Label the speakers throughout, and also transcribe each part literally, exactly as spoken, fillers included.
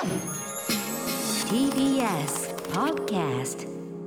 Speaker 1: ティービーエス Podcast。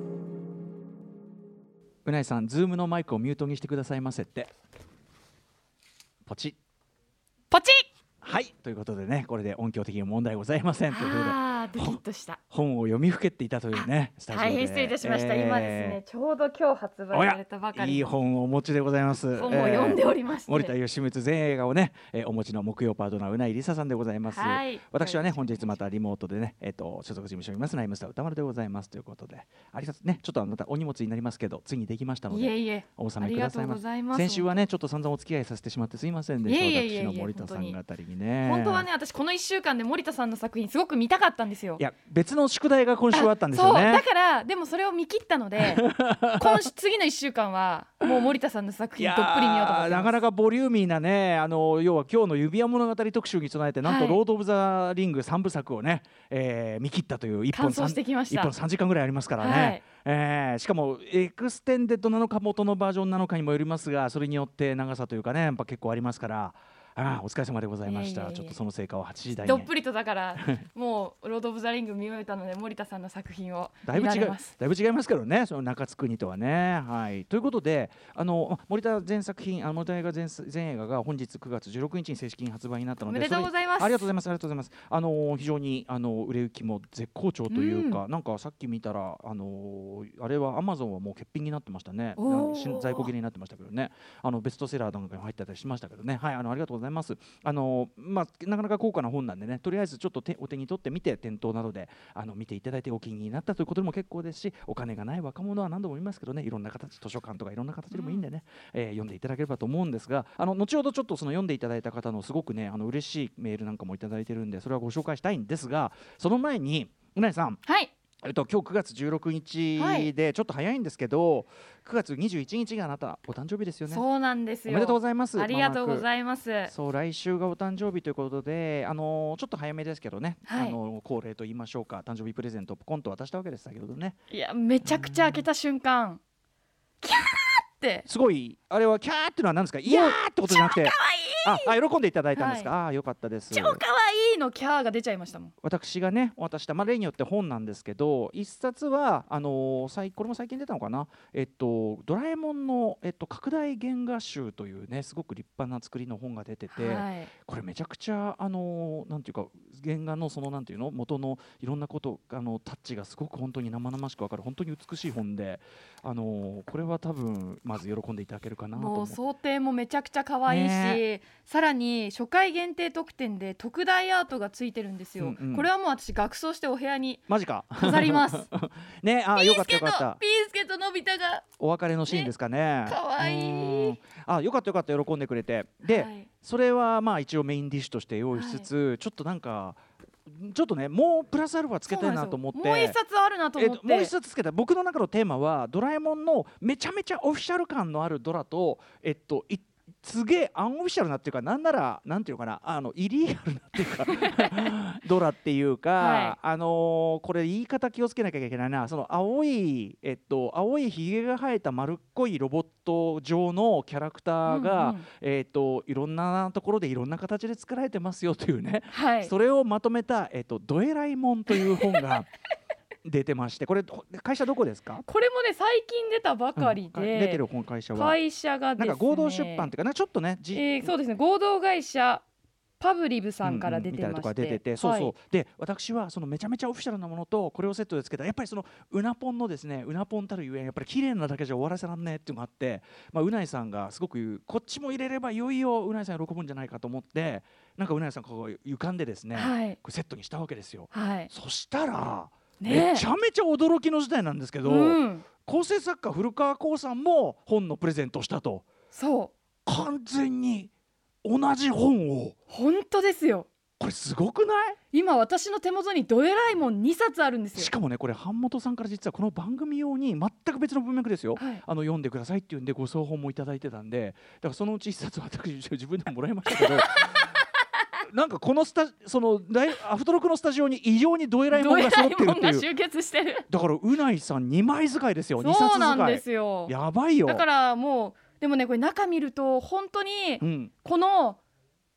Speaker 2: うないさん、ズームのマイクをミュートにしてくださいませって。ポチッ
Speaker 3: ポチッ。
Speaker 2: はい、ということでね、これで音響的に問題ございませんということで、
Speaker 3: あードキッとした
Speaker 2: 本を読みふけっていたというね、スタジオで
Speaker 3: 大変失礼いたしました、
Speaker 2: えー
Speaker 3: 今ですね、ちょうど今日発売されたばかり
Speaker 2: いい本をお持ちでございます。
Speaker 3: 本を読んでおりまして、
Speaker 2: えー、森田義満全映画をね、えー、お持ちの木曜パートナーうないりささんでございます。
Speaker 3: はい、
Speaker 2: 私はね本日またリモートでね、えー、と所属事務所にいますライムスター歌丸でございますということで、ありがとうね、ちょっとまたお荷物になりますけどついにできましたので、
Speaker 3: いえいえ
Speaker 2: お納めくださいませ。
Speaker 3: ありがとうございます。
Speaker 2: 先週はねちょっと散々お付き合いさせてしまってすいませんでした。
Speaker 3: いえいえいえいえ、
Speaker 2: 私の森田さん方にね、
Speaker 3: 本当はね、私このいっしゅうかんで森田さんの作品すごく見たかったんですよ。
Speaker 2: いや別の宿題が今週あったんですよね。
Speaker 3: そうだからでもそれを見切ったので今週次のいっしゅうかんはもう森田さんの作品どっぷり見ようと思ってます。
Speaker 2: なかなかボリューミーなね、あの要は今日の指輪物語特集に備えてなんとロード・オブ・ザ・リングさんぶさくをね、えー、見切ったといういっぽん
Speaker 3: 完走してきました。
Speaker 2: いっぽんさんじかんぐらいありますからね、はい、えー、しかもエクステンデッドなのか元のバージョンなのかにもよりますが、それによって長さというかねやっぱ結構ありますから、ああお疲れ様でございました。いやいやいや、ちょっとその成果をはちじ台に
Speaker 3: どっぷりとだからもうロード・オブ・ザ・リング見終えたので森田さんの作品を見られます。
Speaker 2: だいぶ違いますけどね、その中津国とはね、はい、ということであの森田全作品あの森田映画 全, 全映画が本日くがつじゅうろくにちに正式に発売になったので、
Speaker 3: おめでとうございます。
Speaker 2: ありがとうございます。ありがとうございます。あの非常にあの売れ行きも絶好調というか、うん、なんかさっき見たらあのあれはアマゾンはもう欠品になってましたね。在庫切れになってましたけどね、あのベストセラーなんかにも入ってたりしましたけどね、はい、あのありがとうございます。あのまあ、なかなか高価な本なんでね、とりあえずちょっと手お手に取ってみて店頭などであの見ていただいてお気に入りになったということでも結構ですし、お金がない若者は何度も言いますけどね、いろんな形、図書館とかいろんな形でもいいんでね、うん、えー、読んでいただければと思うんですが、あの後ほどちょっとその読んでいただいた方のすごくねあの嬉しいメールなんかもいただいてるんで、それはご紹介したいんですが、その前にうなえさん、
Speaker 3: はい、
Speaker 2: えっと、今日くがつじゅうろくにちでちょっと早いんですけど、はい、くがつにじゅういちにちがあなたお誕生日ですよね。
Speaker 3: そうなんですよ。
Speaker 2: おめでとうございます。
Speaker 3: ありがとうございます。
Speaker 2: そう、来週がお誕生日ということで、あのー、ちょっと早めですけどね、はい、あのー、恒例と言いましょうか、誕生日プレゼントをポコンと渡したわけです先ほどね。
Speaker 3: いやめちゃくちゃ開けた瞬間キャーって
Speaker 2: すごい、あれはキャーっていうのは何ですか、いやーってことじゃなくて、
Speaker 3: 超かわいい、
Speaker 2: ああ喜んでいただいたんですか、はい、ああよかったです。
Speaker 3: 超かわいいのキャーが出ちゃいましたもん。
Speaker 2: 私がね渡した、まあ、例によって本なんですけど、一冊はあのー、これも最近出たのかな、えっと、ドラえもんの、えっと、拡大原画集というねすごく立派な作りの本が出てて、はい、これめちゃくちゃあのー、なんていうか原画のそのなんていうの元のいろんなことあのタッチがすごく本当に生々しく分かる本当に美しい本で、あのー、これは多分まず喜んでいただけるかなと思う。
Speaker 3: もう想定もめちゃくちゃ可愛いし、ね、さらに初回限定特典で特大アートがついてるんですよ、うんうん、これはもう私学装してお部屋に
Speaker 2: マジか
Speaker 3: 飾ります
Speaker 2: ね、あよかったよかった。
Speaker 3: ピースケとのび太が
Speaker 2: お別れのシーンですかね。
Speaker 3: かわいい。
Speaker 2: あよかったよかった、喜んでくれて、で、はい、それはまあ一応メインディッシュとして用意しつつ、はい、ちょっとなんかちょっとねもうプラスアルファつけたいなと思って、
Speaker 3: もう一冊あるなと思って、
Speaker 2: えもう一冊つけた。僕の中のテーマはドラえもんのめちゃめちゃオフィシャル感のあるドラと、えっといすげえアンオフィシャルなっていうか、なんならなんていうかな、あのイリーガルなっていうかドラっていうか、はい、あのー、これ言い方気をつけなきゃいけないな。その青いえっと青いひげが生えた丸っこいロボット上のキャラクターが、うんうん、えっといろんなところでいろんな形で作られてますよというね、はい、それをまとめたえっとドエライモンという本が出てまして、これ会社どこですか？
Speaker 3: これもね最近出たばかりで、うん、
Speaker 2: 出てる本会社は
Speaker 3: 会社がですね、
Speaker 2: なんか合同出版っていうかな、ちょっとね、
Speaker 3: えー、そうですね、合同会社パブリブさんから出てまして、うんうん、みたいなところが出てて、そうそう、はい、で私はそのめちゃめちゃオフィシャルなものとこれをセットでつけたやっぱりそのうなぽんのですね、うなぽんたるゆえんやっぱり綺麗なだけじゃ終わらせらんねえっていうのがあって、まあ、うないさんがすごく言う、こっちも入れればいよいようないさん喜ぶんじゃないかと思って、なんかうないさんこう浮かんでですね、はい、これセットにしたわけですよ、はい、そしたらね、めちゃめちゃ驚きの事態なんですけど、うん、構成作家古川光さんも本のプレゼントをしたと。 そう
Speaker 2: 完全に同じ本を。
Speaker 3: 本当ですよ、
Speaker 2: これすごくない？
Speaker 3: 今私の手元にドエライモンにさつあるんですよ。
Speaker 2: しかもねこれ版元さんから実はこの番組用に全く別の文脈ですよ、はい、あの読んでくださいっていうんでご送本もいただいてたんで、だからそのうちいっさつ私自分でももらいましたけどなんかこのスタそのアフトロクのスタジオに異様にドエライモンが揃ってるっていう、
Speaker 3: 集結してる。
Speaker 2: だからうないさんにまい使いですよ、にさつ使い。
Speaker 3: そうなんですよ、
Speaker 2: やばいよ。
Speaker 3: だからもうでもねこれ中見ると本当にこの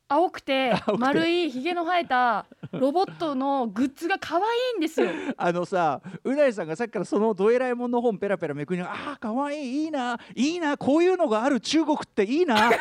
Speaker 3: 青くて丸いひげの生えたロボットのグッズが可愛いんですよ。
Speaker 2: あのさ、うないさんがさっきからそのドエラえもんの本ペラペラめくりながら、あーかわいい、いいないいな、こういうのがある中国っていいな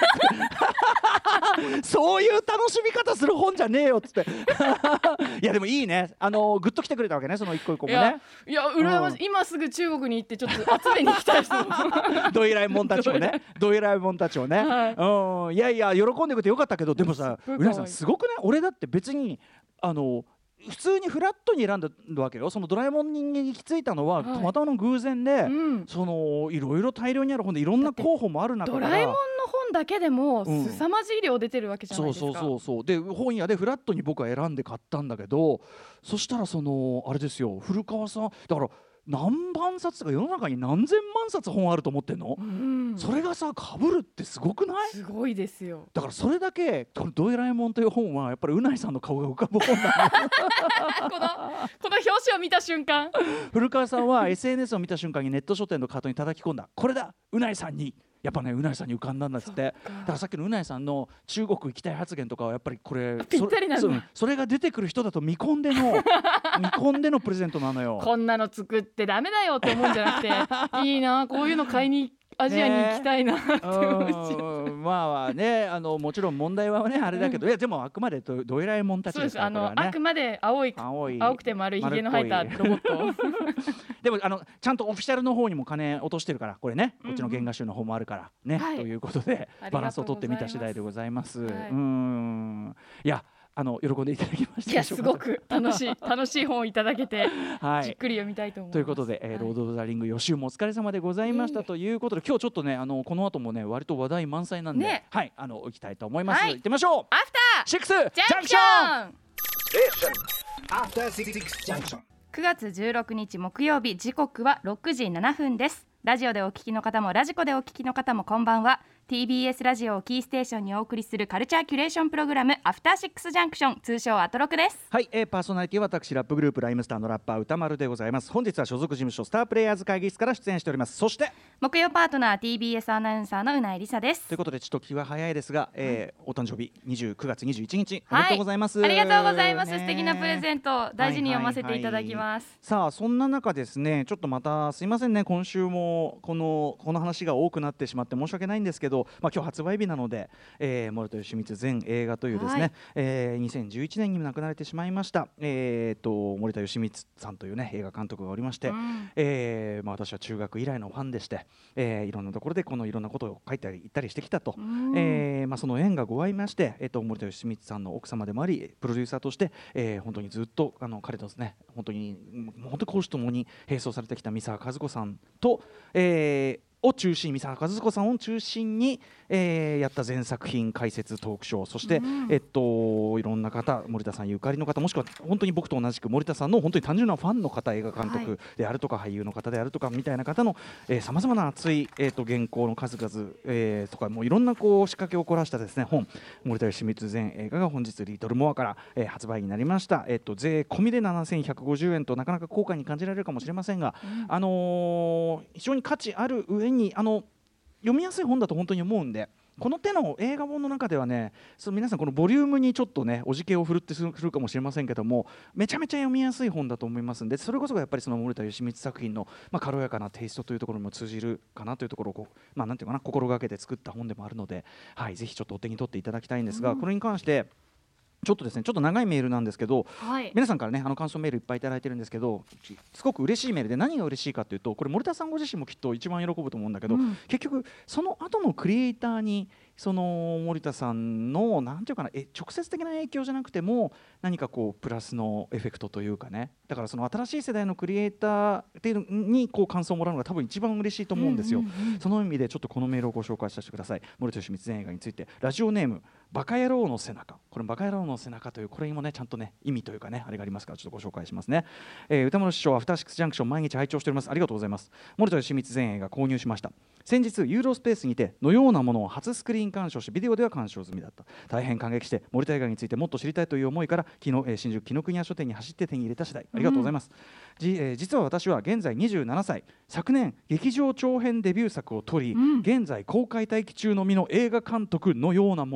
Speaker 2: そういう楽しみ方する本じゃねえよっつっていやでもいいね、あのグッと来てくれたわけね、その一個一個もね。
Speaker 3: いや、いや羨ましい、うん、今すぐ中国に行ってちょっと集めに行きたいです
Speaker 2: ドエラえもんたちをねドエラえもんたちをね、はい、うん、いやいや喜んでくれてよかったけど、でもさ、うなぎさんすごくね、俺だって別にあの普通にフラットに選んだわけよ。そのドラえもんに行き着いたのは、はい、たまたまの偶然で、うん、そのいろいろ大量にある本でいろんな候補もある中から、
Speaker 3: ドラえもんの本だけでもすさまじい量出てるわけじゃないですか、
Speaker 2: うん、そうそうそうそう。で本屋でフラットに僕は選んで買ったんだけど、そしたらそのあれですよ、古川さんだから何万冊とか世の中に何千万冊本あると思ってんの、うん、それがさ被るってすごくない？
Speaker 3: すごいですよ。
Speaker 2: だからそれだけこのドエラえもんという本はやっぱりうないさんの顔が浮かぶ本なの
Speaker 3: このこの表紙を見た瞬間
Speaker 2: 古川さんは エスエヌエス を見た瞬間にネット書店のカートに叩き込んだ、これだうないさんにやっぱね、うないさんに浮かんだんだっつって。だからさっきのうないさんの中国行きたい発言とかはやっぱりこれ
Speaker 3: ぴったりなの。
Speaker 2: そ, そ, それが出てくる人だと見込んでの見込んでのプレゼントなのよ。
Speaker 3: こんなの作ってダメだよって思うんじゃなくていいな、こういうの買いにアジアに行きたいなって思っちゃう。
Speaker 2: まあね、あのもちろん問題はねあれだけど、うん、いやでもあくまでドドエラえもんたちですから、ね、
Speaker 3: そうです、あのあくまで青い青い青くて丸いひげの生えたロボット
Speaker 2: でもあのちゃんとオフィシャルの方にも金落としてるから、これね、こっちの原画集の方もあるからね、うんうん、ということで、はい、バランスを取ってみた次第でございます。はい、うーん、いやあの喜んでいただきました。
Speaker 3: いやすごく楽しい楽しい本をいただけて、はい、じっくり読みたいと思います。
Speaker 2: ということで、えーはい、ロード・オブ・ザ・リング予習もお疲れ様でございました、ということで、今日ちょっとねあのこの後もね割と話題満載なんで、ね、はいあの行きたいと思います。はい、行ってみましょう。
Speaker 3: アフター
Speaker 2: シックスジャンクション。アフターシックスジャンクション。
Speaker 3: くがつじゅうろくにち木曜日、時刻はろくじななふんです。ラジオでお聞きの方もラジコでお聞きの方もこんばんは。 ティービーエス ラジオをキーステーションにお送りするカルチャーキュレーションプログラム、アフターシックスジャンクション、通称アトロクです。
Speaker 2: はい、えー、パーソナリティは私ラップグループライムスターのラッパー歌丸でございます。本日は所属事務所スタープレイヤーズ会議室から出演しております。そして
Speaker 3: 木曜パートナー ティービーエス アナウンサーのうないりさです。
Speaker 2: ということでちょっと気は早いですが、えー、お誕生日にじゅうくがつにじゅういちにちおめでとうございます。
Speaker 3: はい、ありがとうございます。素敵なプレゼント大事に読ませていただきます。はいはいはい、
Speaker 2: さあそんな中ですね、ちょっとまたすいませんね、今週もこのこの話が多くなってしまって申し訳ないんですけど、まあ、今日発売日なので、えー、森田芳光全映画というですね、はい、えー、にせんじゅういちねんにも亡くなられてしまいました、えー、と森田芳光さんという、ね、映画監督がおりまして、うん、えーまあ、私は中学以来のファンでして、えー、いろんなところでこのいろんなことを書いたり言ったりしてきたと、うん、えーまあ、その縁がございまして、えー、と森田芳光さんの奥様でもありプロデューサーとして、えー、本当にずっとあの彼とですね本当に本当に講師ともに並走されてきた三沢和子さんと、えーを中心三沢和子さんを中心に、えー、やった全作品解説トークショー、そして、うん、えっといろんな方、森田さんゆかりの方、もしくは本当に僕と同じく森田さんの本当に単純なファンの方、映画監督であるとか、はい、俳優の方であるとかみたいな方のさまざまな熱い、えー、と原稿の数々、えー、とかもういろんなこう仕掛けを凝らしたですね本、森田芳光全映画が本日リトルモアから、えー、発売になりました。えー、と税込みでななせんひゃくごじゅうえんとなかなか高価に感じられるかもしれませんが、うん、あのー、非常に価値ある上にあの読みやすい本だと本当に思うんで、この手の映画本の中ではね、その皆さんこのボリュームにちょっとねおじけを振るってするかもしれませんけども、めちゃめちゃ読みやすい本だと思いますんで、それこそがやっぱりその森田芳光作品の、まあ、軽やかなテイストというところにも通じるかなというところをこう、まあ、なんていうかな心がけて作った本でもあるので、はい、ぜひちょっとお手に取っていただきたいんですが、うん、これに関してちょっとですねちょっと長いメールなんですけど、はい、皆さんからねあの感想メールいっぱいいただいてるんですけど、すごく嬉しいメールで、何が嬉しいかというと、これ森田さんご自身もきっと一番喜ぶと思うんだけど、うん、結局その後のクリエイターにその森田さんのなんていうかな、え直接的な影響じゃなくても何かこうプラスのエフェクトというかね、だからその新しい世代のクリエイターっていうのにこう感想をもらうのが多分一番嬉しいと思うんですよ、うんうんうん、その意味でちょっとこのメールをご紹介させてください。森田芳光全映画について、ラジオネームバカ野郎の背中、これバカ野郎の背中というこれにもねちゃんとね意味というかねあれがありますから、ちょっとご紹介しますね。えー、歌丸師匠アフターシックスジャンクション毎日拝聴しております。ありがとうございます。森田芳光全映画購入しました。先日ユーロスペースにてのようなものを初スクリーン鑑賞し、ビデオでは鑑賞済みだった。大変感激して森田映画についてもっと知りたいという思いから昨日、えー、新宿紀ノ国屋書店に走って手に入れた次第。ありがとうございます。うん、じえー、実は私は現在にじゅうななさい、昨年劇場長編デビュー作を撮り、うん、現在公開待機中の身の映画監督のようなものであります。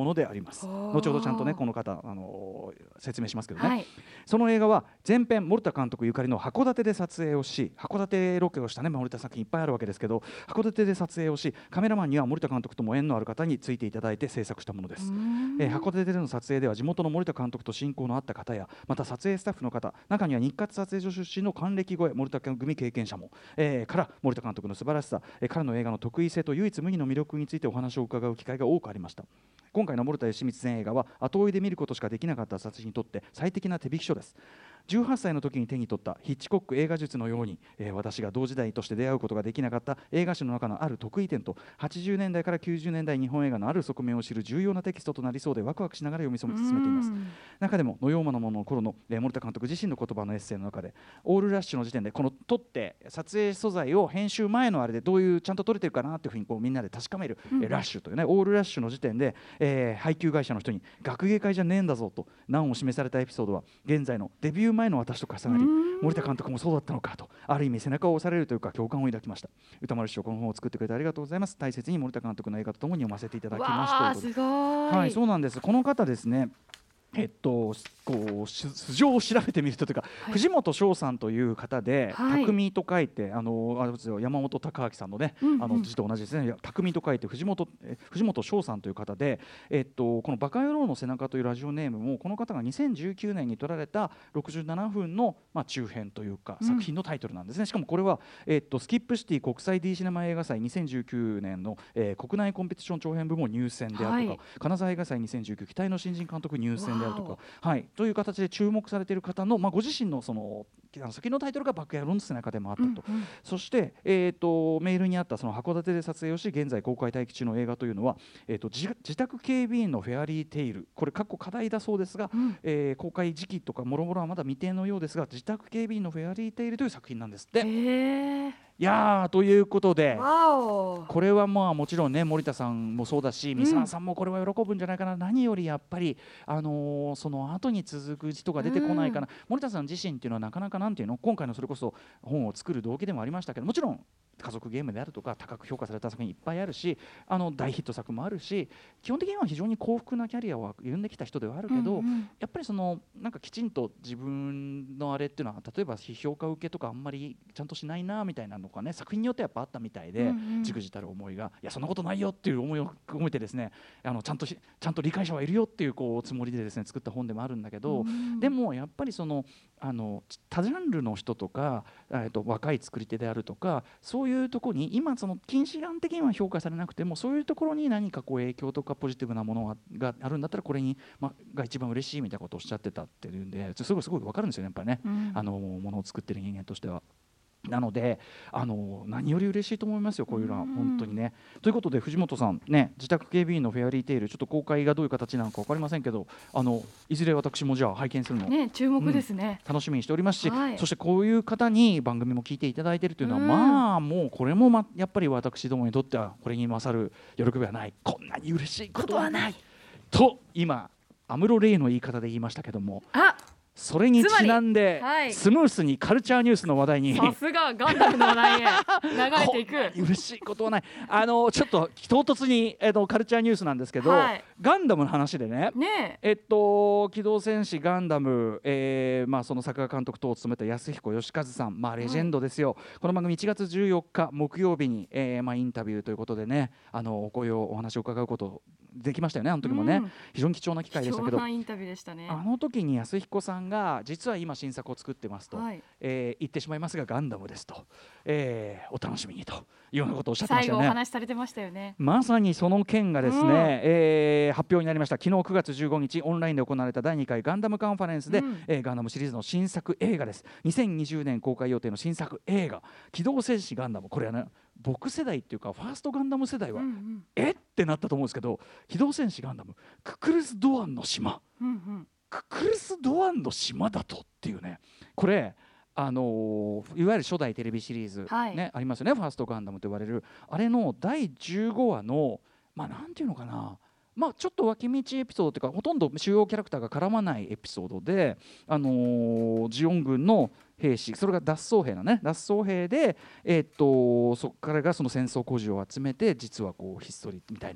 Speaker 2: ります。後ほどちゃんとねこの方、あのー、説明しますけどね、
Speaker 3: はい、
Speaker 2: その映画は前編森田監督ゆかりの函館で撮影をし、函館ロケをしたね森田作品いっぱいあるわけですけど、函館で撮影をし、カメラマンには森田監督とも縁のある方についていただいて制作したものです。えー、函館での撮影では地元の森田監督と親交のあった方や、また撮影スタッフの方、中には日活撮影所出身の還暦超え森田組経験者も、えー、から森田監督の素晴らしさ、えー、彼の映画の得意性と唯一無二の魅力についてお話を伺う機会が多くありました。今回の森田義満全映画は後追いで見ることしかできなかった私たちにとって最適な手引き書です。じゅうはっさいの時に手に取ったヒッチコック映画術のように、えー、私が同時代として出会うことができなかった映画史の中のある得意点と、はちじゅうねんだいからきゅうじゅうねんだい日本映画のある側面を知る重要なテキストとなりそうで、ワクワクしながら読み進めています。中でも野陽馬のものの頃の、えー、森田監督自身の言葉のエッセイの中で、オールラッシュの時点でこの撮って撮影素材を編集前のあれでどういうちゃんと撮れてるかなっていうふうにこうみんなで確かめる、うん、えー、ラッシュというねオールラッシュの時点で、えー、配給会社の人に学芸会じゃねえんだぞと難を示されたエピソードは、現在のデビュー前の私と重なり、森田監督もそうだったのかと、ある意味背中を押されるというか共感を抱きました。歌丸師匠、この本を作ってくれてありがとうございます。大切に森田監督の映画とともに読ませていただきますということで。
Speaker 3: わー、すごい。
Speaker 2: はい、そうなんです。この方ですね、えっと、こう素性を調べてみるとというか、はい、藤本翔さんという方で、はい、匠と書いて、あのあれ山本隆明さんのね、うんうん、あの字と同じですね、匠と書いて藤本え藤本翔さんという方で、えっと、このバカ野郎の背中というラジオネームもこの方がにせんじゅうきゅうねんに撮られたろくじゅうななふんの、まあ、中編というか、うん、作品のタイトルなんですね。しかもこれは、えっと、スキップシティ国際 D シネマ映画祭にせんじゅうきゅうねんの、えー、国内コンペティション長編部門入選であるとか、はい、金沢映画祭にせんじゅうきゅう期待の新人監督入選であるとか、はい、という形で注目されている方の、まあ、ご自身のその先のタイトルがバックヤローの背中でもあったと、うんうん、そして、えー、とメールにあったその函館で撮影をし現在公開待機中の映画というのは、えー、と 自, 自宅警備員のフェアリーテイル、これ過去課題だそうですが、うん、えー、公開時期とかもろもろはまだ未定のようですが、自宅警備員のフェアリーテイルという作品なんですって。へー、いやー、ということでこれはまあもちろんね森田さんもそうだし三沢さんもこれは喜ぶんじゃないかな、うん、何よりやっぱり、あのー、その後に続く人が出てこないかな、うん、森田さん自身っていうのはなかなかなんていうの、今回のそれこそ本を作る動機でもありましたけど、もちろん家族ゲームであるとか高く評価された作品いっぱいあるし、あの大ヒット作もあるし、基本的には非常に幸福なキャリアを歩んできた人ではあるけど、うんうん、やっぱりそのなんかきちんと自分のあれっていうのは例えば批評家受けとかあんまりちゃんとしないなみたいなのがね作品によってやっぱあったみたいで、じくじたる思いが、いやそんなことないよっていう思いを込めてですね、あのちゃんとしちゃんと理解者はいるよっていうこうつもりでですね作った本でもあるんだけど、うん、でもやっぱりそのあの多ジャンルの人とか、えー、と若い作り手であるとか、そういうところに今その近視眼的には評価されなくても、そういうところに何かこう影響とかポジティブなものがあるんだったらこれに、ま、が一番嬉しいみたいなことをおっしゃってたっていうんで、すごいすごい分かるんですよねやっぱりね、うん、あのものを作ってる人間としては。なのであの何より嬉しいと思いますよ、こういうのは本当にね。ということで藤本さんね、自宅警備員のフェアリーテイル、ちょっと公開がどういう形なのか分かりませんけど、あのいずれ私もじゃあ拝見するの、
Speaker 3: ね、注目ですね、
Speaker 2: うん、楽しみにしておりますし、
Speaker 3: はい、
Speaker 2: そしてこういう方に番組も聞いていただいているというのは、まあもうこれも、ま、やっぱり私どもにとってはこれに勝る喜びはない、こんなに嬉しいことはないと今安室レイの言い方で言いましたけども、あそれにちなんで、はい、スムースにカルチャーニュースの話題に、
Speaker 3: さすがガンダムの話題へ流れていく
Speaker 2: 嬉しいことはない。あのちょっと唐突に、えっと、カルチャーニュースなんですけど、はい、ガンダムの話で ね, ねえっと機動戦士ガンダム、えーまあ、その作画監督等を務めた安彦義和さん、まあ、レジェンドですよ、はい、この番組いちがつじゅうよっか木曜日に、えーまあ、インタビューということでね、あのこういうお話を伺うことできましたよね、あの時もね、うん、非常に貴重な機会でしたけど、
Speaker 3: 貴重なインタビューでしたね。
Speaker 2: あの時に安彦さんが実は今新作を作ってますと、はい、えー、言ってしまいますがガンダムですと、えー、お楽しみにというようなことをおっしゃってましたよね。
Speaker 3: 最後お話しされてましたよね。
Speaker 2: まさにその件がですね、うん、えー、発表になりました。昨日くがつじゅうごにちオンラインで行われただいにかいガンダムカンファレンスで、うん、えー、ガンダムシリーズの新作映画です。にせんにじゅうねん公開予定の新作映画機動戦士ガンダム、これはね僕世代っていうかファーストガンダム世代は、うんうん、えってなったと思うんですけど、機動戦士ガンダムククルス・ドアンの島、うんうん、ククルス・ドアンの島だとっていうね、これあのー、いわゆる初代テレビシリーズ、はい、ね、ありますよね、ファーストガンダムと言われるあれのだいじゅうごわの、まあなんていうのかな、まあ、ちょっと脇道エピソードというかほとんど主要キャラクターが絡まないエピソードで、あのー、ジオン軍の兵士、それが脱走兵のね脱走兵で、えー、っとそこからがその戦争孤児を集めて実はこうひっそりみたいな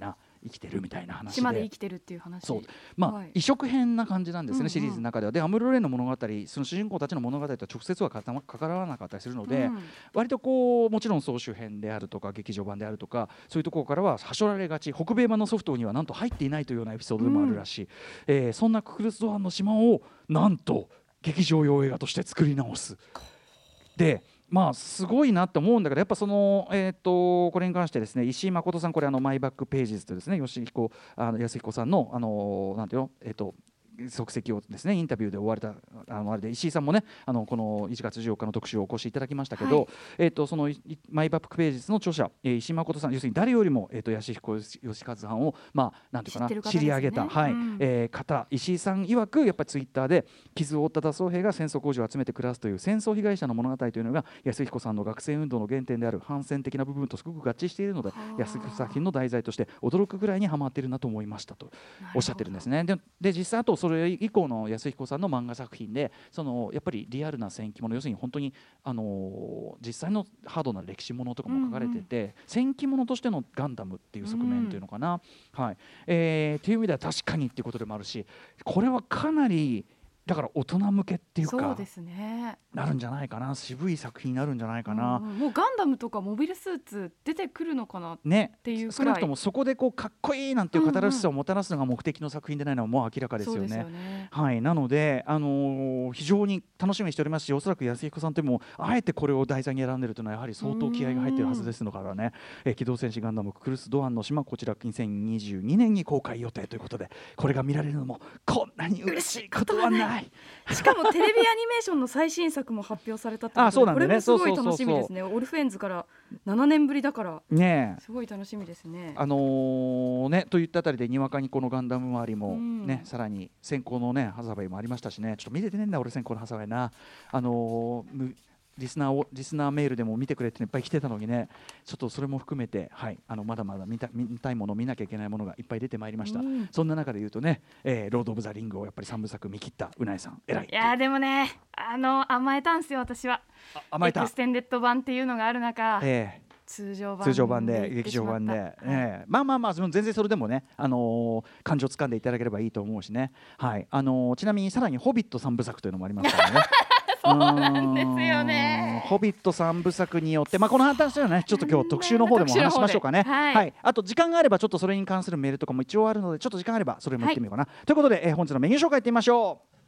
Speaker 2: 生きてるみたいな話で、
Speaker 3: 島で生きてるっていう話。
Speaker 2: そう、まあ、はい、異色編な感じなんですね、うんうん、シリーズの中では。でアムロレイの物語、その主人公たちの物語とは直接は関わらなかったりするので、うん、割とこうもちろん総集編であるとか劇場版であるとかそういうところからははしょられがち、北米版のソフトにはなんと入っていないというようなエピソードでもあるらしい、うん、えー、そんなククルス・ドアンの島をなんと劇場用映画として作り直す。でまあすごいなって思うんだけど、やっぱその、えー、とこれに関してですね、石井誠さん、これあのマイバックページズとですね、吉彦あの安彦さんのあのなんていうの、えっ、ー、と足跡をですねインタビューで追われたあのあれで石井さんもねあのこのいちがつじゅうよっかの特集をお越しいただきましたけど、はい、えー、とそのマイバックページズの著者、えー、石井誠さん、要するに誰よりも、えー、と安彦義和さんを、まあ、なんていうかな、知, 知り上げた、はい、うん、えー、方、石井さん曰くやっぱりツイッターで傷を負った脱走兵が戦争工事を集めて暮らすという戦争被害者の物語というのが安彦さんの学生運動の原点である反戦的な部分とすごく合致しているので、安彦作品の題材として驚くぐらいにハマっているなと思いましたとおっしゃってるんですね。で, で実際あとそれ以降の安彦さんの漫画作品でそのやっぱりリアルな戦記物、要するに本当に、あのー、実際のハードな歴史ものとかも書かれてて、うんうん、戦記物としてのガンダムっていう側面というのかな、うん、はい、えー、っていう意味では確かにっていうことでもあるし、これはかなりだから大人向けっていうか、
Speaker 3: そうですね、
Speaker 2: なるんじゃないかな、渋い作品になるんじゃないかな、
Speaker 3: うんうん、もうガンダムとかモビルスーツ出てくるのかなっていうくらい、
Speaker 2: ね、少なくともそこでこうかっこいいなんていうカタルシスをもたらすのが目的の作品でないのはもう明らかですよね。
Speaker 3: そうですよね、
Speaker 2: はい、なので、あのー、非常に楽しみにしておりますし、おそらく安彦さんというもあえてこれを題材に選んでいるというのはやはり相当気合が入っているはずですのからね、えー、機動戦士ガンダムククルス・ドアンの島、こちらにせんにじゅうにねんに公開予定ということで、これが見られるのもこんなに嬉しいことはない。
Speaker 3: しかもテレビアニメーションの最新作も発表されたってことで、これもすごい楽しみですね。オルフェンズからななねんぶりだからね、すごい楽しみですね。
Speaker 2: あのー、ねといったあたりでにわかにこのガンダム周りもね、うん、さらに先行のねハサウェイもありましたしね、ちょっと見れてねえんだ俺先行のハサウェイな、あのーリスナーをリスナーメールでも見てくれっていっぱい来てたのにね、ちょっとそれも含めて、はい、あのまだまだ見た、見たいもの見なきゃいけないものがいっぱい出てまいりました、うん、そんな中で言うとね、えー、ロード・オブ・ザ・リングをやっぱりさんぶさく見切ったうないさん偉い。
Speaker 3: いやでもね、あの甘えたんすよ私は。甘えたエクステンデッド版っていうのがある中、えー通常版 で, 通常版で劇場版で、はい、えー、まあまあまあ全然それでもね、あのー、感情つかんでいただければいいと思うしね、はい、あのー、ちなみにさらにホビットさんぶさくというのもありますからねそうなんですよね。
Speaker 2: ホビットさんぶさくによって、まあ、この話はねちょっと今日特集の方でも話しましょうかね、はいはい、あと時間があればちょっとそれに関するメールとかも一応あるので、ちょっと時間あればそれも言ってみようかな、はい、ということで、えー、本日のメニュー紹介いってみましょう。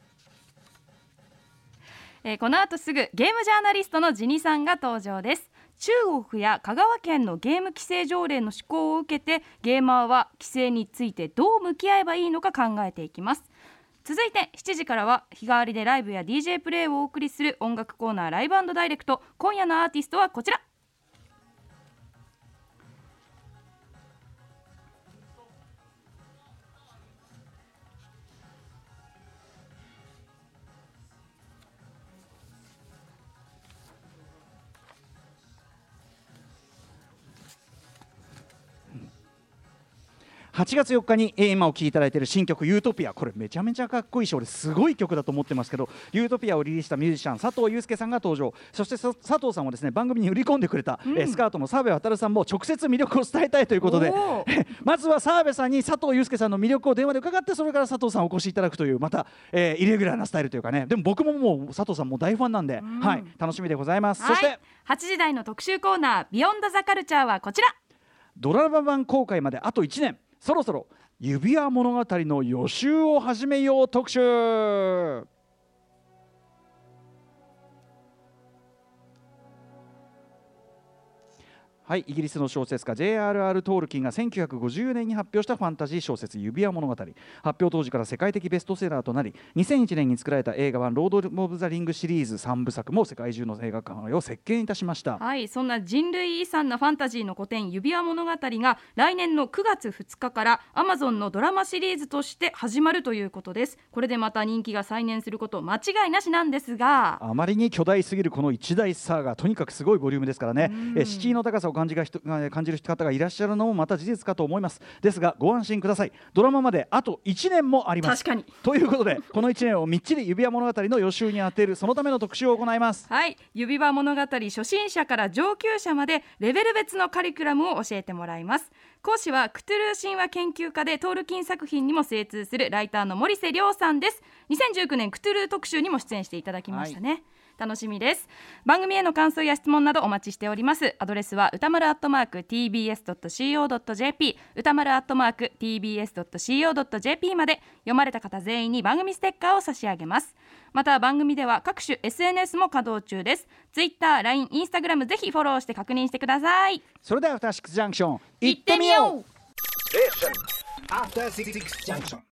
Speaker 3: えー、この後すぐゲームジャーナリストのジニさんが登場です。中国や香川県のゲーム規制条例の施行を受けて、ゲーマーは規制についてどう向き合えばいいのか考えていきます。続いてしちじからは日替わりでライブや ディージェー プレイをお送りする音楽コーナーライブ&ダイレクト。今夜のアーティストはこちら。
Speaker 2: はちがつよっかに今お聴きいただいている新曲ユートピア、これめちゃめちゃかっこいいし、俺すごい曲だと思ってますけど、ユートピアをリリースしたミュージシャン佐藤祐介さんが登場。そして佐藤さんはですね、番組に売り込んでくれた、うん、スカートの澤部渉さんも直接魅力を伝えたいということでまずは澤部さんに佐藤祐介さんの魅力を電話で伺って、それから佐藤さんお越しいただくという、また、えー、イレギュラーなスタイルというかね。でも僕ももう佐藤さんも大ファンなんで、うん、はい、楽しみでございます、はい、そして
Speaker 3: はちじ台の特集コーナービヨンドザカルチャーはこちら。
Speaker 2: ドラマ版公開まであといちねん、そろそろ指輪物語の予習を始めよう特集。はい、イギリスの小説家 ジェイアールアール トールキンがせんきゅうひゃくごじゅうねんに発表したファンタジー小説指輪物語。発表当時から世界的ベストセラーとなり、にせんいちねんに作られた映画版ロード・オブ・ザ・リングシリーズさんぶさくも世界中の映画館を席巻いたしました。
Speaker 3: はい、そんな人類遺産のファンタジーの古典指輪物語が来年のくがつふつかから Amazon のドラマシリーズとして始まるということです。これでまた人気が再燃すること間違いなしなんですが、
Speaker 2: あまりに巨大すぎるこの一大サーガー、とにかくすごいボリュームですからね、え敷居の高さを感じが人感じる方がいらっしゃるのもまた事実かと思います。ですがご安心ください、ドラマまであといちねんもあります。
Speaker 3: 確かに。
Speaker 2: ということでこのいちねんをみっちり指輪物語の予習に当てる、そのための特集を行います。
Speaker 3: はい、指輪物語初心者から上級者までレベル別のカリキュラムを教えてもらいます。
Speaker 4: 講師はクトゥルー神話研究家でトールキン作品にも精通するライターの森瀬亮さんです。にせんじゅうきゅうねんクトゥルー特集にも出演していただきましたね、はい、楽しみです。番組への感想や質問などお待ちしております。アドレスは歌丸アットマーク ティービーエスドットシーオードットジェーピー 歌丸アットマーク ティービーエスドットシーオードットジェーピー まで。読まれた方全員に番組ステッカーを差し上げます。また番組では各種 エスエヌエス も稼働中です。 Twitter、ライン、Instagram ぜひフォローして確認してください。
Speaker 5: それではアフターシックスジャンクション
Speaker 4: 行ってみよう。
Speaker 5: アフターシックスジャンクション